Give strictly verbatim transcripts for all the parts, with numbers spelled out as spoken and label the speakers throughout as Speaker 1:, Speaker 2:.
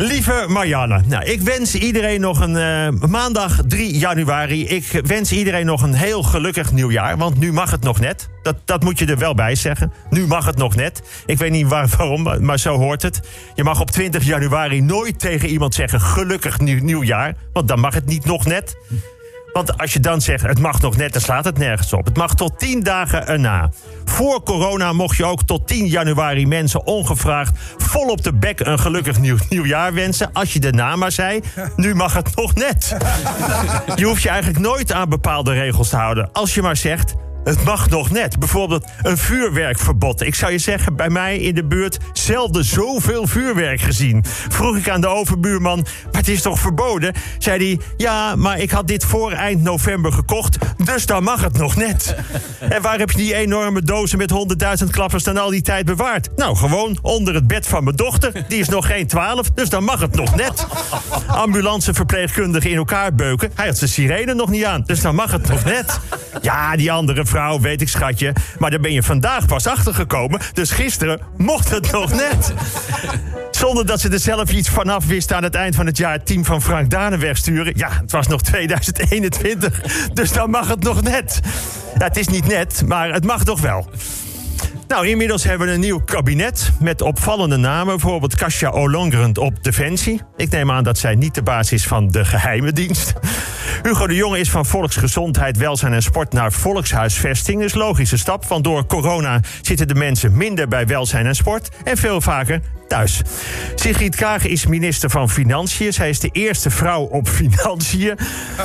Speaker 1: Lieve Marianne, nou, ik wens iedereen nog een uh, maandag drie januari... ik wens iedereen nog een heel gelukkig nieuwjaar, want nu mag het nog net. Dat, dat moet je er wel bij zeggen. Nu mag het nog net. Ik weet niet waar, waarom, maar zo hoort het. Je mag op twintig januari nooit tegen iemand zeggen... gelukkig nieuw, nieuwjaar, want dan mag het niet nog net. Want als je dan zegt, het mag nog net, dan slaat het nergens op. Het mag tot tien dagen erna. Voor corona mocht je ook tot tien januari mensen ongevraagd... vol op de bek een gelukkig nieuw, nieuwjaar wensen. Als je daarna maar zei, nu mag het nog net. Je hoeft je eigenlijk nooit aan bepaalde regels te houden. Als je maar zegt... het mag nog net. Bijvoorbeeld een vuurwerkverbod. Ik zou je zeggen, bij mij in de buurt zelden zoveel vuurwerk gezien. Vroeg ik aan de overbuurman, maar het is toch verboden? Zei hij, ja, maar ik had dit voor eind november gekocht, dus dan mag het nog net. En waar heb je die enorme dozen met honderdduizend klappers dan al die tijd bewaard? Nou, gewoon onder het bed van mijn dochter. Die is nog geen twaalf, dus dan mag het nog net. Ambulanceverpleegkundige in elkaar beuken. Hij had zijn sirene nog niet aan, dus dan mag het nog net. Ja, die andere vrouw, weet ik schatje. Maar daar ben je vandaag pas achtergekomen. Dus gisteren mocht het nog net. Zonder dat ze er zelf iets vanaf wist aan het eind van het jaar... het team van Frank Dane wegsturen. Ja, het was nog tweeduizend eenentwintig. Dus dan mag het nog net. Ja, het is niet net, maar het mag toch wel. Nou, inmiddels hebben we een nieuw kabinet met opvallende namen. Bijvoorbeeld Kasia Ollongren op Defensie. Ik neem aan dat zij niet de baas is van de geheime dienst. Hugo de Jonge is van volksgezondheid, welzijn en sport naar volkshuisvesting. Dat is een logische stap, want door corona zitten de mensen minder bij welzijn en sport... en veel vaker thuis. Sigrid Kaag is minister van Financiën. Zij is de eerste vrouw op Financiën.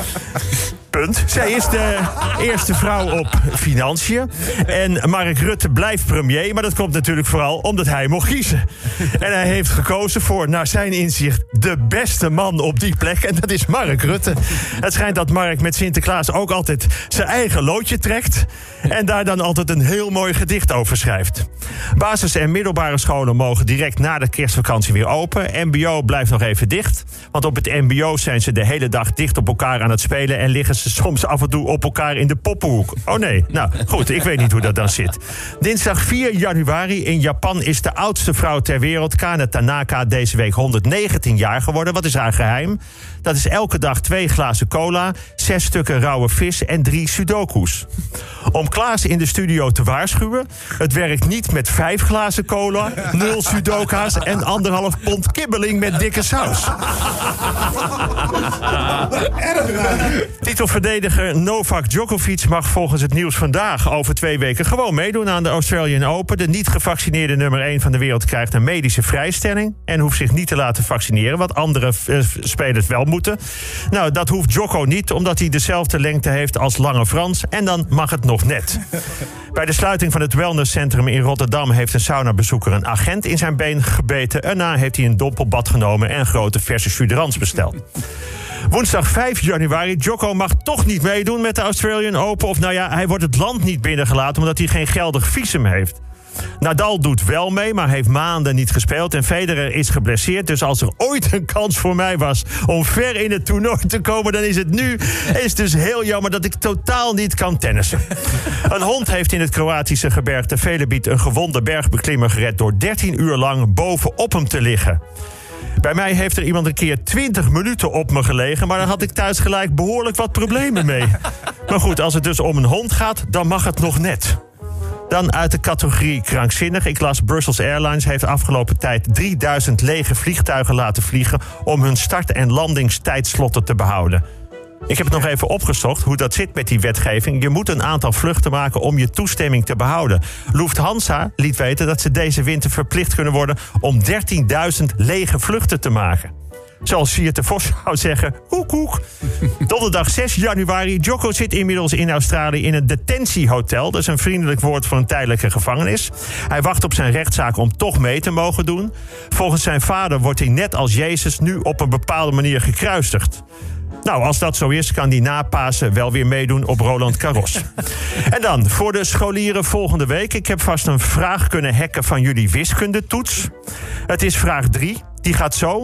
Speaker 1: Punt. Zij is de eerste vrouw op Financiën. En Mark Rutte blijft premier, maar dat komt natuurlijk vooral omdat hij mocht kiezen. En hij heeft gekozen voor, naar zijn inzicht, de beste man op die plek. En dat is Mark Rutte. Het schijnt dat Mark met Sinterklaas ook altijd zijn eigen loodje trekt. En daar dan altijd een heel mooi gedicht over schrijft. Basis- en middelbare scholen mogen direct na de kerstvakantie weer open. M B O blijft nog even dicht. Want op het M B O zijn ze de hele dag dicht op elkaar aan het spelen... en liggen ze soms af en toe op elkaar in de poppenhoek. Oh nee, nou goed, ik weet niet hoe dat dan zit. Dinsdag vier januari in Japan is de oudste vrouw ter wereld... Kane Tanaka deze week honderdnegentien jaar geworden. Wat is haar geheim? Dat is elke dag twee glazen cola, zes stukken rauwe vis en drie sudoku's. Om Klaas in de studio te waarschuwen... het werkt niet met vijf glazen cola, nul sudoka's... en anderhalf pond kibbeling met dikke saus. Titelverdediger Novak Djokovic mag volgens het nieuws vandaag... over twee weken gewoon meedoen aan de Australian Open. De niet gevaccineerde nummer één van de wereld krijgt een medische vrijstelling... en hoeft zich niet te laten vaccineren, wat andere uh, spelers wel moeten. Nou, dat hoeft Djoko niet, omdat hij dezelfde lengte heeft als Lange Frans... en dan mag het nog net. Bij de sluiting van het wellnesscentrum in Rotterdam... heeft een saunabezoeker een agent in zijn been gebeten. Daarna heeft hij een dompelbad genomen en grote verse chuderans besteld. Woensdag vijf januari, Djoko mag toch niet meedoen met de Australian Open. Of nou ja, hij wordt het land niet binnengelaten omdat hij geen geldig visum heeft. Nadal doet wel mee, maar heeft maanden niet gespeeld. En Federer is geblesseerd. Dus als er ooit een kans voor mij was om ver in het toernooi te komen... dan is het nu. Het is dus heel jammer dat ik totaal niet kan tennissen. Een hond heeft in het Kroatische gebergte Velebit... een gewonde bergbeklimmer gered door dertien uur lang bovenop hem te liggen. Bij mij heeft er iemand een keer twintig minuten op me gelegen... maar daar had ik thuis gelijk behoorlijk wat problemen mee. Maar goed, als het dus om een hond gaat, dan mag het nog net. Dan uit de categorie krankzinnig. Ik las Brussels Airlines heeft afgelopen tijd drieduizend lege vliegtuigen laten vliegen... om hun start- en landingstijdslotten te behouden. Ik heb het nog even opgezocht hoe dat zit met die wetgeving. Je moet een aantal vluchten maken om je toestemming te behouden. Lufthansa liet weten dat ze deze winter verplicht kunnen worden... om dertienduizend lege vluchten te maken. Zoals Siert de Vos zou zeggen, hoek hoek. Donderdag zes januari. Djoko zit inmiddels in Australië in een detentiehotel. Dat is een vriendelijk woord voor een tijdelijke gevangenis. Hij wacht op zijn rechtszaak om toch mee te mogen doen. Volgens zijn vader wordt hij net als Jezus nu op een bepaalde manier gekruisigd. Nou, als dat zo is, kan die na Pasen wel weer meedoen op Roland Garros. En dan, voor de scholieren volgende week. Ik heb vast een vraag kunnen hacken van jullie wiskundetoets. Het is vraag drie. Die gaat zo.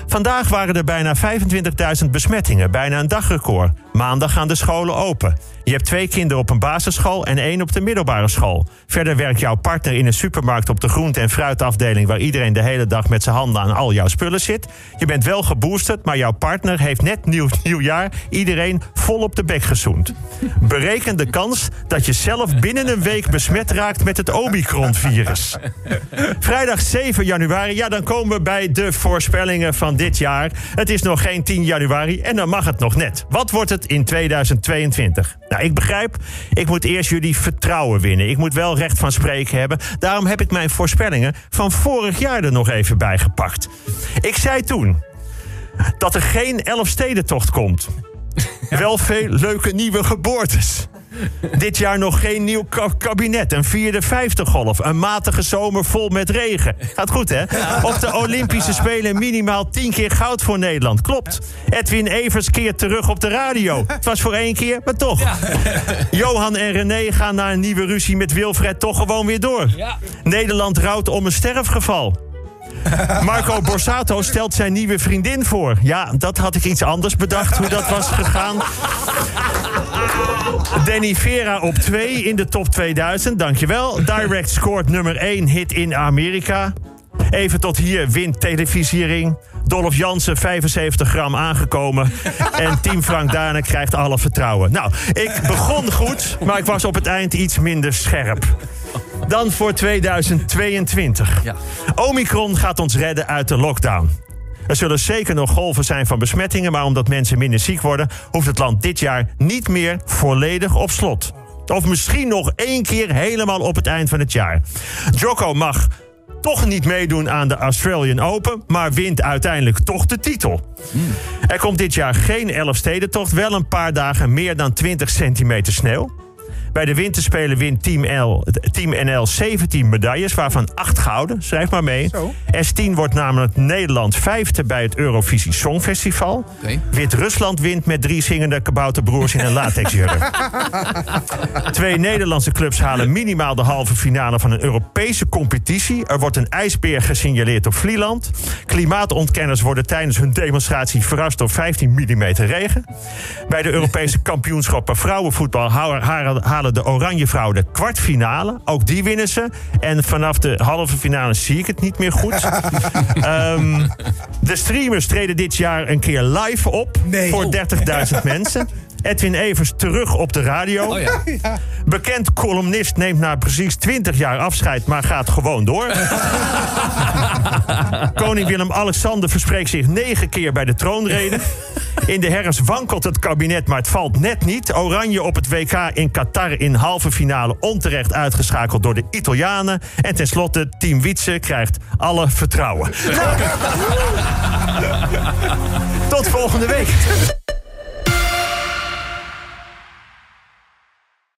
Speaker 1: Vandaag waren er bijna vijfentwintigduizend besmettingen, bijna een dagrecord. Maandag gaan de scholen open. Je hebt twee kinderen op een basisschool en één op de middelbare school. Verder werkt jouw partner in een supermarkt op de groente- en fruitafdeling, waar iedereen de hele dag met zijn handen aan al jouw spullen zit. Je bent wel geboosterd, maar jouw partner heeft net nieuw, nieuwjaar iedereen vol op de bek gezoend. Bereken de kans dat je zelf binnen een week besmet raakt met het Omicron-virus. Vrijdag zeven januari, ja, dan komen we bij de voorspellingen van dit jaar. Het is nog geen tien januari en dan mag het nog net. Wat wordt het in tweeduizend tweeëntwintig? Nou, ik begrijp, ik moet eerst jullie vertrouwen winnen. Ik moet wel recht van spreken hebben. Daarom heb ik mijn voorspellingen van vorig jaar er nog even bij gepakt. Ik zei toen dat er geen Elfstedentocht komt. Wel veel leuke nieuwe geboortes. Dit jaar nog geen nieuw kabinet, een vierde vijftig-golf... een matige zomer vol met regen. Gaat goed, hè? Op de Olympische Spelen minimaal tien keer goud voor Nederland. Klopt. Edwin Evers keert terug op de radio. Het was voor één keer, maar toch. Ja. Johan en René gaan na een nieuwe ruzie met Wilfred toch gewoon weer door. Ja. Nederland rouwt om een sterfgeval. Marco Borsato stelt zijn nieuwe vriendin voor. Ja, dat had ik iets anders bedacht, hoe dat was gegaan. Danny Vera op twee in de top tweeduizend, dankjewel. Direct scoort nummer één hit in Amerika. Even tot hier wint televisiering. Dolph Jansen, vijfenzeventig gram aangekomen. En Team Frank Dane krijgt alle vertrouwen. Nou, ik begon goed, maar ik was op het eind iets minder scherp. Dan voor tweeduizend tweeëntwintig. Ja. Omicron gaat ons redden uit de lockdown. Er zullen zeker nog golven zijn van besmettingen, maar omdat mensen minder ziek worden, hoeft het land dit jaar niet meer volledig op slot. Of misschien nog één keer helemaal op het eind van het jaar. Djoko mag toch niet meedoen aan de Australian Open, maar wint uiteindelijk toch de titel. Mm. Er komt dit jaar geen Elfstedentocht, wel een paar dagen meer dan twintig centimeter sneeuw. Bij de winterspelen wint Team, L, Team N L zeventien medailles, waarvan acht gouden. Schrijf maar mee. Zo. S tien wordt namelijk Nederland vijfde bij het Eurovisie Songfestival. Okay. Wit-Rusland wint met drie zingende kabouterbroers in een latexjurk. Twee Nederlandse clubs halen minimaal de halve finale van een Europese competitie. Er wordt een ijsbeer gesignaleerd op Vlieland. Klimaatontkenners worden tijdens hun demonstratie verrast door vijftien millimeter regen. Bij de Europese kampioenschappen vrouwenvoetbal halen de Oranje Vrouwen de kwartfinale. Ook die winnen ze. En vanaf de halve finale zie ik het niet meer goed. um, de streamers treden dit jaar een keer live op. Nee. Voor dertigduizend mensen. Edwin Evers terug op de radio. Oh ja. Bekend columnist neemt na precies twintig jaar afscheid, maar gaat gewoon door. Koning Willem-Alexander verspreekt zich negen keer bij de troonrede. In de herfst wankelt het kabinet, maar het valt net niet. Oranje op het W K in Qatar in halve finale onterecht uitgeschakeld door de Italianen. En tenslotte, Team Wietse krijgt alle vertrouwen. Tot volgende week.